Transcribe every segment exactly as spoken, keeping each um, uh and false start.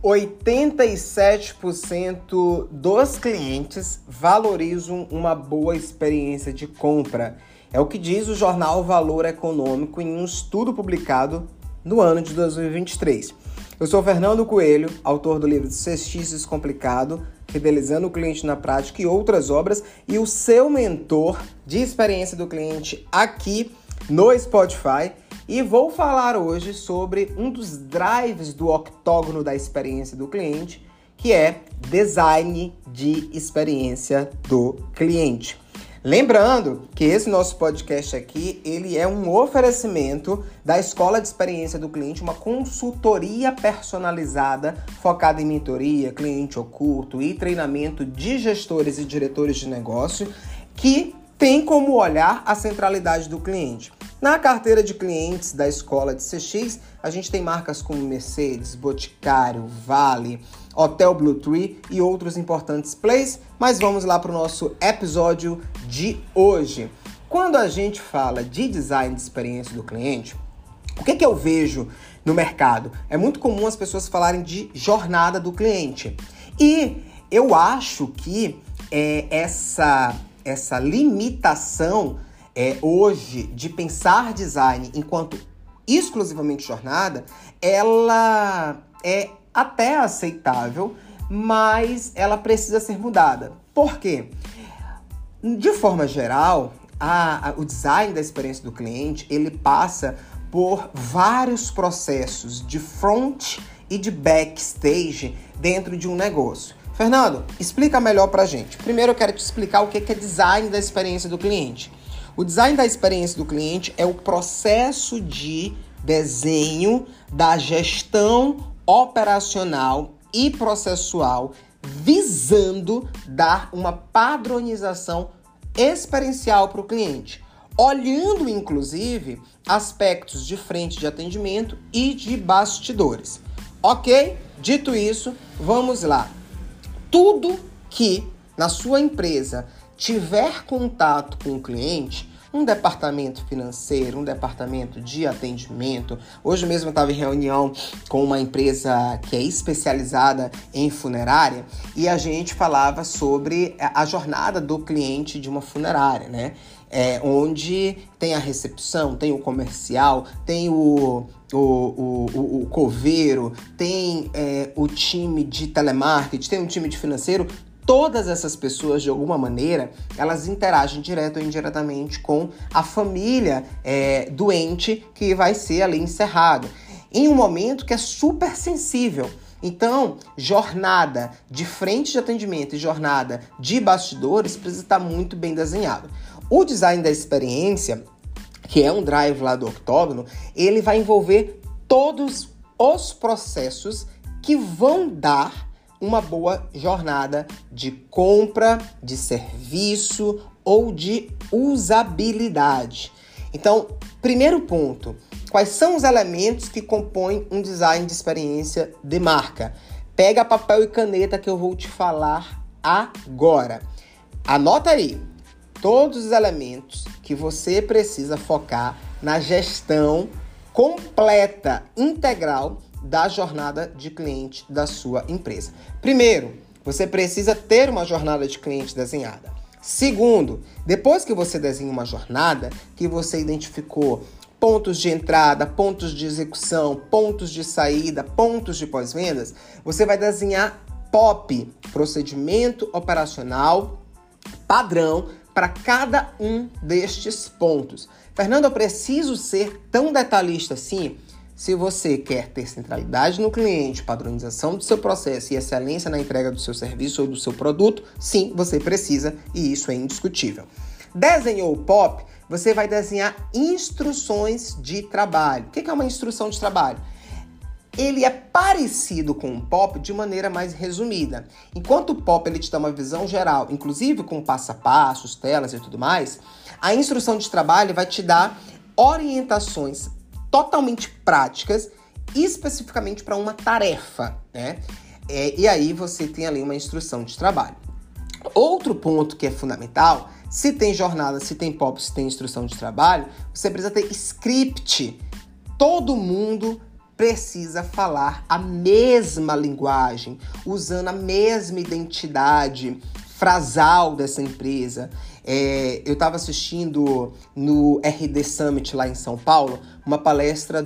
oitenta e sete por cento dos clientes valorizam uma boa experiência de compra. É o que diz o jornal Valor Econômico em um estudo publicado no ano de dois mil e vinte e três. Eu sou Fernando Coelho, autor do livro C X Descomplicado, Fidelizando o Cliente na Prática e outras obras, e o seu mentor de experiência do cliente aqui no Spotify. E vou falar hoje sobre um dos drives do octógono da experiência do cliente, que é design de experiência do cliente. Lembrando que esse nosso podcast aqui, ele é um oferecimento da Escola de Experiência do Cliente, uma consultoria personalizada focada em mentoria, cliente oculto e treinamento de gestores e diretores de negócio que tem como olhar a centralidade do cliente. Na carteira de clientes da Escola de C X, a gente tem marcas como Mercedes, Boticário, Vale, Hotel Blue Tree e outros importantes plays, mas vamos lá para o nosso episódio de hoje. Quando a gente fala de design de experiência do cliente, o que, que eu vejo no mercado? É muito comum as pessoas falarem de jornada do cliente. E eu acho que é, essa, essa limitação é, hoje de pensar design enquanto exclusivamente jornada, ela é até aceitável, mas ela precisa ser mudada. Por quê? De forma geral, a, a, o design da experiência do cliente, ele passa por vários processos de front e de backstage dentro de um negócio. Fernando, explica melhor pra gente. Primeiro eu quero te explicar o que é design da experiência do cliente. O design da experiência do cliente é o processo de desenho da gestão operacional e processual visando dar uma padronização experiencial para o cliente, olhando inclusive aspectos de frente de atendimento e de bastidores. Ok? Dito isso, vamos lá. Tudo que na sua empresa tiver contato com o cliente, um departamento financeiro, um departamento de atendimento. Hoje mesmo eu estava em reunião com uma empresa que é especializada em funerária e a gente falava sobre a jornada do cliente de uma funerária, né? É, onde tem a recepção, tem o comercial, tem o, o, o, o, o coveiro, tem é, o time de telemarketing, tem um time de financeiro. Todas essas pessoas, de alguma maneira, elas interagem direto ou indiretamente com a família é, doente que vai ser ali encerrado. Em um momento que é super sensível. Então, jornada de frente de atendimento e jornada de bastidores precisa estar muito bem desenhado. O design da experiência, que é um drive lá do octógono, ele vai envolver todos os processos que vão dar uma boa jornada de compra, de serviço ou de usabilidade. Então, primeiro ponto, quais são os elementos que compõem um design de experiência de marca? Pega papel e caneta que eu vou te falar agora. Anota aí todos os elementos que você precisa focar na gestão completa, integral da jornada de cliente da sua empresa. Primeiro, você precisa ter uma jornada de cliente desenhada. Segundo, depois que você desenha uma jornada, que você identificou pontos de entrada, pontos de execução, pontos de saída, pontos de pós-vendas, você vai desenhar P O P, procedimento operacional padrão, para cada um destes pontos. Fernando, eu preciso ser tão detalhista assim? Se você quer ter centralidade no cliente, padronização do seu processo e excelência na entrega do seu serviço ou do seu produto, sim, você precisa e isso é indiscutível. Desenhou o P O P, você vai desenhar instruções de trabalho. O que é uma instrução de trabalho? Ele é parecido com o P O P de maneira mais resumida. Enquanto o P O P ele te dá uma visão geral, inclusive com passo a passo, telas e tudo mais, a instrução de trabalho vai te dar orientações totalmente práticas, especificamente para uma tarefa, né? É, e aí você tem ali uma instrução de trabalho. Outro ponto que é fundamental, se tem jornada, se tem P O P, se tem instrução de trabalho, você precisa ter script. Todo mundo precisa falar a mesma linguagem, usando a mesma identidade frasal dessa empresa. É, eu estava assistindo no R D Summit lá em São Paulo, uma palestra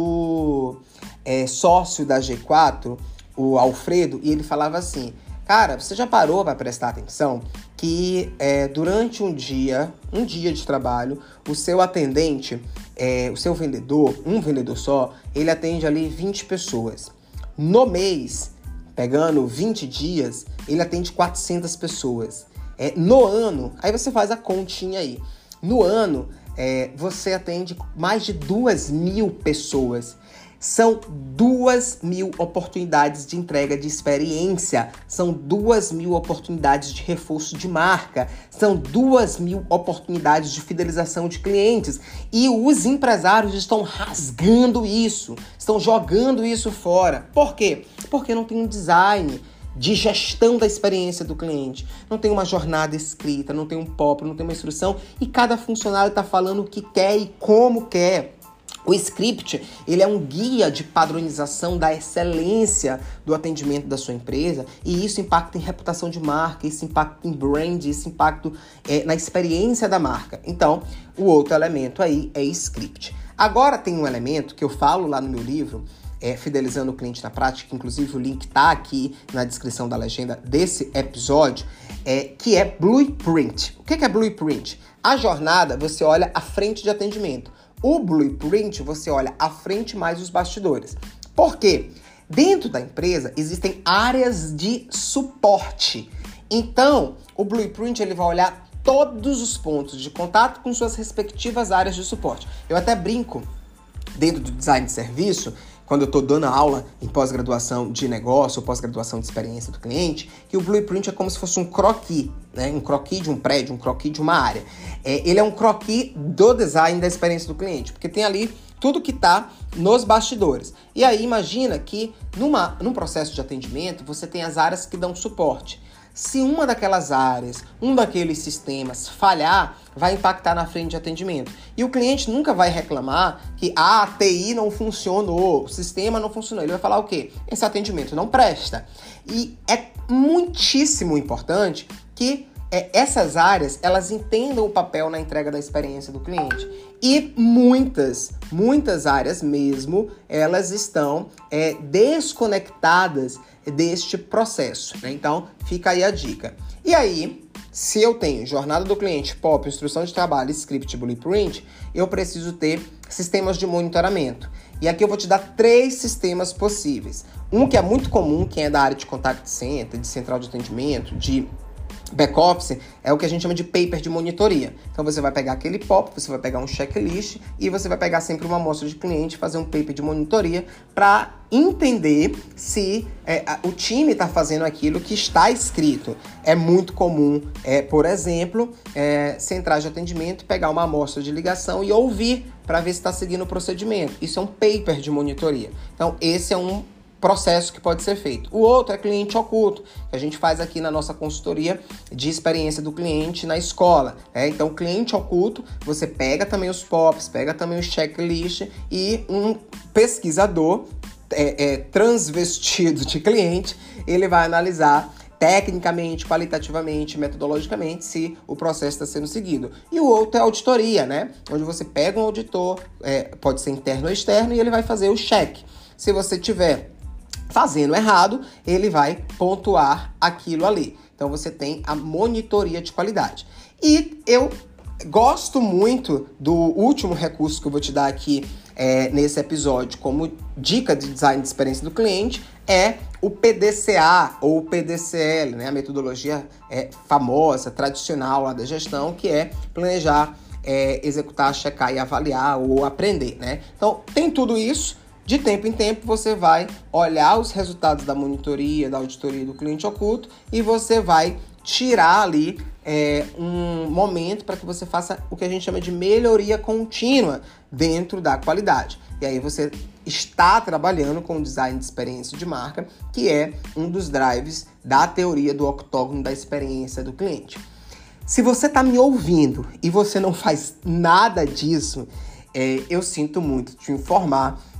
do é, sócio da G quatro, o Alfredo, e ele falava assim: cara, você já parou para prestar atenção que é, durante um dia, um dia de trabalho, o seu atendente, é, o seu vendedor, um vendedor só, ele atende ali vinte pessoas. No mês, pegando vinte dias, ele atende quatrocentas pessoas. É, no ano, aí você faz a continha aí. No ano, é, você atende mais de duas mil pessoas. São duas mil oportunidades de entrega de experiência, são duas mil oportunidades de reforço de marca, são duas mil oportunidades de fidelização de clientes. E os empresários estão rasgando isso, estão jogando isso fora. Por quê? Porque não tem um design de gestão da experiência do cliente. Não tem uma jornada escrita, não tem um P O P, não tem uma instrução, e cada funcionário está falando o que quer e como quer. O script, ele é um guia de padronização da excelência do atendimento da sua empresa, e isso impacta em reputação de marca, isso impacta em brand, isso impacta é, na experiência da marca. Então, o outro elemento aí é script. Agora tem um elemento que eu falo lá no meu livro, é, Fidelizando o Cliente na Prática, inclusive o link tá aqui na descrição da legenda desse episódio, é, que é Blueprint. O que é Blueprint? A jornada, você olha a frente de atendimento. O Blueprint, você olha a frente mais os bastidores. Por quê? Dentro da empresa existem áreas de suporte. Então, o Blueprint ele vai olhar todos os pontos de contato com suas respectivas áreas de suporte. Eu até brinco dentro do design de serviço, quando eu estou dando aula em pós-graduação de negócio ou pós-graduação de experiência do cliente, que o Blueprint é como se fosse um croquis, né? Um croquis de um prédio, um croquis de uma área. É, ele é um croquis do design da experiência do cliente, porque tem ali tudo que está nos bastidores. E aí imagina que numa, num processo de atendimento você tem as áreas que dão suporte. Se uma daquelas áreas, um daqueles sistemas falhar, vai impactar na frente de atendimento. E o cliente nunca vai reclamar que ah, a T I não funcionou, o sistema não funcionou. Ele vai falar o quê? Esse atendimento não presta. E é muitíssimo importante que é, essas áreas, elas entendam o papel na entrega da experiência do cliente. E muitas, muitas áreas mesmo, elas estão é, desconectadas deste processo, né? Então, fica aí a dica. E aí, se eu tenho jornada do cliente, P O P, instrução de trabalho, script, Blueprint, eu preciso ter sistemas de monitoramento. E aqui eu vou te dar três sistemas possíveis. Um que é muito comum, quem é da área de contact center, de central de atendimento, de back-office, é o que a gente chama de paper de monitoria. Então você vai pegar aquele P O P, você vai pegar um checklist e você vai pegar sempre uma amostra de cliente, fazer um paper de monitoria para entender se é, o time está fazendo aquilo que está escrito. É muito comum, é, por exemplo, é, centrais de atendimento, pegar uma amostra de ligação e ouvir para ver se está seguindo o procedimento. Isso é um paper de monitoria. Então esse é um processo que pode ser feito. O outro é cliente oculto, que a gente faz aqui na nossa consultoria de experiência do cliente na escola. Né? Então, cliente oculto, você pega também os P O Ps, pega também os checklist e um pesquisador é, é, transvestido de cliente, ele vai analisar tecnicamente, qualitativamente, metodologicamente, se o processo está sendo seguido. E o outro é auditoria, né? Onde você pega um auditor, é, pode ser interno ou externo, e ele vai fazer o check. Se você tiver fazendo errado, ele vai pontuar aquilo ali. Então você tem a monitoria de qualidade. E eu gosto muito do último recurso que eu vou te dar aqui é, nesse episódio como dica de design de experiência do cliente, é o P D C A ou o P D C L, né? A metodologia é, famosa, tradicional lá da gestão, que é planejar, é, executar, checar e avaliar ou aprender, né? Então tem tudo isso. De tempo em tempo, você vai olhar os resultados da monitoria, da auditoria do cliente oculto e você vai tirar ali é, um momento para que você faça o que a gente chama de melhoria contínua dentro da qualidade. E aí você está trabalhando com o design de experiência de marca, que é um dos drives da teoria do octógono da experiência do cliente. Se você está me ouvindo e você não faz nada disso, é, eu sinto muito te informar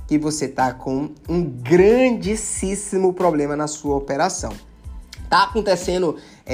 que você está com um grandíssimo problema na sua operação. Tá acontecendo,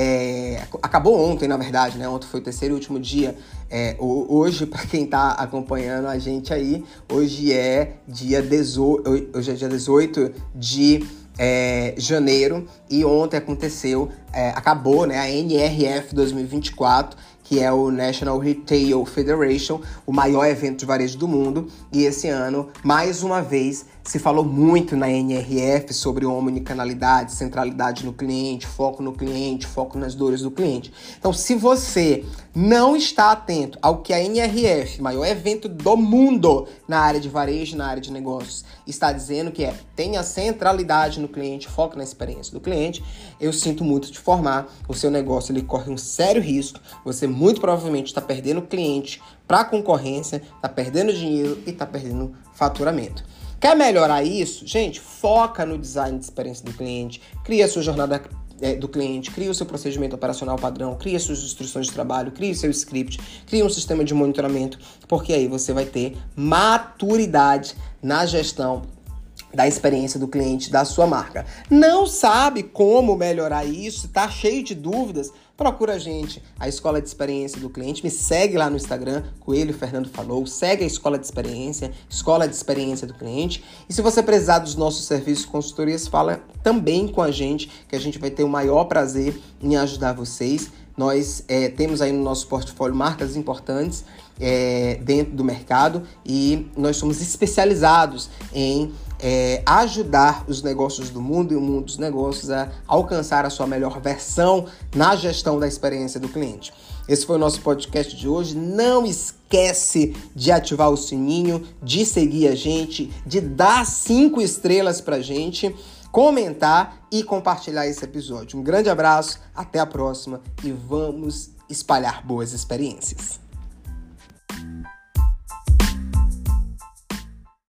é, acabou ontem, na verdade, né? Ontem foi o terceiro e último dia. É, hoje, para quem tá acompanhando a gente aí, hoje é dia dezoito, hoje é dia dezoito de é, janeiro e ontem aconteceu, é, acabou, né? A N R F dois mil e vinte e quatro, que é o National Retail Federation, o maior evento de varejo do mundo. E esse ano, mais uma vez, se falou muito na N R F sobre omnicanalidade, centralidade no cliente, foco no cliente, foco nas dores do cliente. Então, se você não está atento ao que a N R F, maior evento do mundo na área de varejo, na área de negócios, está dizendo, que é tenha centralidade no cliente, foco na experiência do cliente, eu sinto muito te informar, o seu negócio ele corre um sério risco, você muito provavelmente está perdendo cliente para a concorrência, está perdendo dinheiro e está perdendo faturamento. Quer melhorar isso? Gente, foca no design de experiência do cliente, cria a sua jornada é, do cliente, cria o seu procedimento operacional padrão, cria suas instruções de trabalho, cria o seu script, cria um sistema de monitoramento, porque aí você vai ter maturidade na gestão da experiência do cliente, da sua marca. Não sabe como melhorar isso? Tá cheio de dúvidas? Procura a gente, a Escola de Experiência do Cliente. Me segue lá no Instagram, Coelho Fernando Falou. Segue a Escola de Experiência, Escola de Experiência do Cliente. E se você precisar dos nossos serviços de consultorias, fala também com a gente, que a gente vai ter o maior prazer em ajudar vocês. Nós é, temos aí no nosso portfólio marcas importantes é, dentro do mercado e nós somos especializados em é, ajudar os negócios do mundo e o mundo dos negócios a alcançar a sua melhor versão na gestão da experiência do cliente. Esse foi o nosso podcast de hoje. Não esquece de ativar o sininho, de seguir a gente, de dar cinco estrelas pra gente, comentar e compartilhar esse episódio. Um grande abraço, até a próxima e vamos espalhar boas experiências.